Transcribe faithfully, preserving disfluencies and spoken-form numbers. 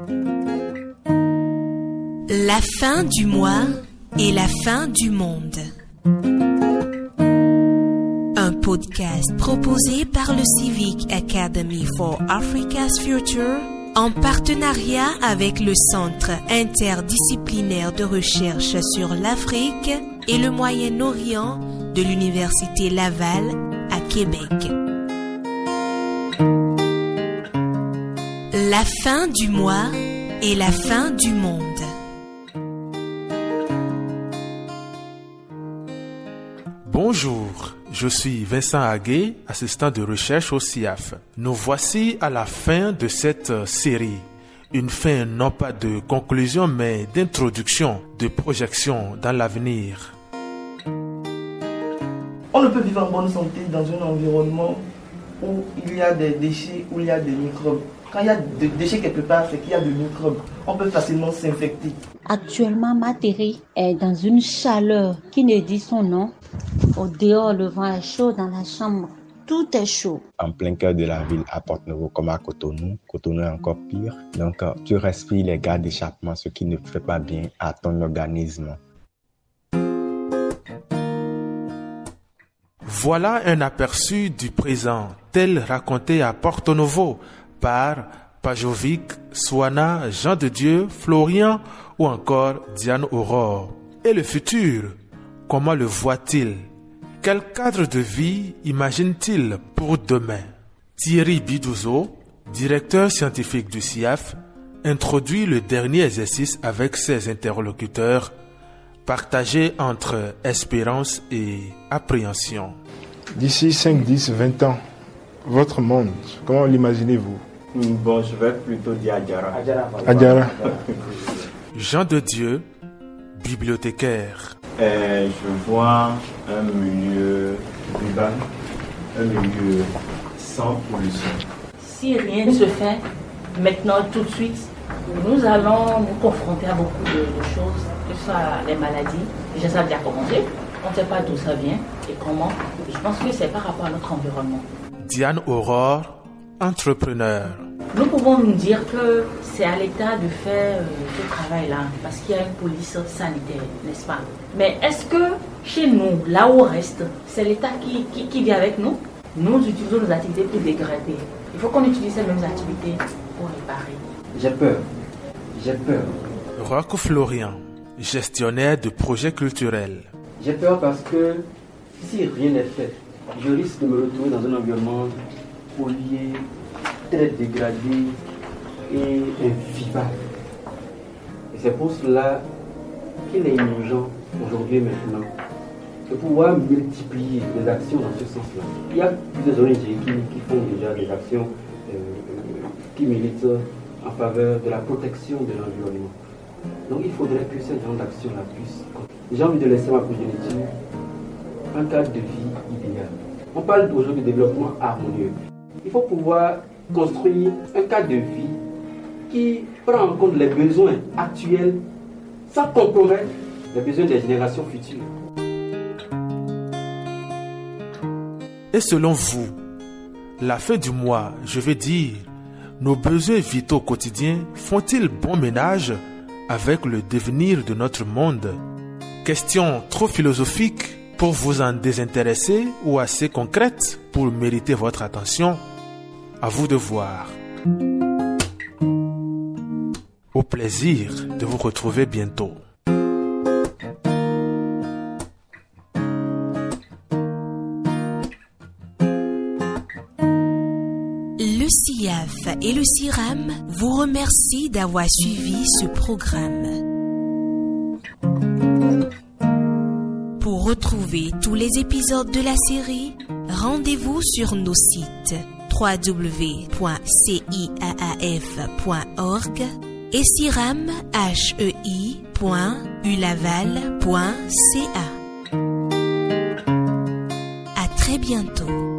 La fin du mois et la fin du monde. Un podcast proposé par le Civic Academy for Africa's Future en partenariat avec le Centre interdisciplinaire de recherche sur l'Afrique et le Moyen-Orient de l'Université Laval à Québec. La fin du mois et la fin du monde. Bonjour, je suis Vincent Agué, assistant de recherche au C I A F. Nous voici à la fin de cette série. Une fin non pas de conclusion mais d'introduction, de projection dans l'avenir. On ne peut vivre en bonne santé dans un environnement où il y a des déchets, où il y a des microbes. Quand il y a des déchets quelque part, c'est qu'il y a des microbes. On peut facilement s'infecter. Actuellement, Materi est dans une chaleur qui ne dit son nom. Au dehors, le vent est chaud, dans la chambre, tout est chaud. En plein cœur de la ville, à Port-Novo comme à Cotonou, Cotonou est encore pire. Donc, tu respires les gaz d'échappement, ce qui ne fait pas bien à ton organisme. Voilà un aperçu du présent, tel raconté à Porto-Novo par Pajovic, Swana, Jean de Dieu, Florian ou encore Diane Aurore. Et le futur, comment le voit-il? Quel cadre de vie imagine-t-il pour demain? Thierry Bidouzo, directeur scientifique du C I A F, introduit le dernier exercice avec ses interlocuteurs, partagé entre espérance et appréhension. D'ici cinq, dix, vingt ans, votre monde, comment l'imaginez-vous? Bon, je vais plutôt dire Adjara. Adjara. Adjara. Jean de Dieu, bibliothécaire. Euh, je vois un milieu urbain, un milieu sans pollution. Si rien ne se fait maintenant, tout de suite, nous allons nous confronter à beaucoup de, de choses, que ce soit les maladies. Déjà, ça a déjà commencé. On ne sait pas d'où ça vient et comment. Je pense que c'est par rapport à notre environnement. Diane Aurore, entrepreneur. Nous pouvons nous dire que c'est à l'État de faire euh, ce travail-là, parce qu'il y a une police sanitaire, n'est-ce pas? Mais est-ce que chez nous, là où on reste, c'est l'État qui, qui, qui vit avec nous? Nous utilisons nos activités pour dégrader. Il faut qu'on utilise ces mêmes activités pour réparer. J'ai peur. J'ai peur. Rocco Florian, gestionnaire de projets culturels. J'ai peur parce que si rien n'est fait, je risque de me retrouver dans un environnement pollué, très dégradé et invivable. Et c'est pour cela qu'il est urgent aujourd'hui et maintenant de pouvoir multiplier les actions dans ce sens-là. Il y a plusieurs O N G qui, qui font déjà des actions euh, qui militent en faveur de la protection de l'environnement. Donc il faudrait que cette genre d'action-là puisse... J'ai envie de laisser ma progéniture un cadre de vie idéal. On parle aujourd'hui de développement harmonieux. Il faut pouvoir construire un cadre de vie qui prend en compte les besoins actuels sans compromettre les besoins des générations futures. Et selon vous, la fin du mois, je veux dire, nos besoins vitaux quotidiens font-ils bon ménage avec le devenir de notre monde? Question trop philosophique pour vous en désintéresser ou assez concrète pour mériter votre attention? À vous de voir. Au plaisir de vous retrouver bientôt. Le C I A F et le C I R A M vous remercient d'avoir suivi ce programme. Pour retrouver tous les épisodes de la série, rendez-vous sur nos sites w w w point c i a a f point org et ciram point u laval point c a. À très bientôt.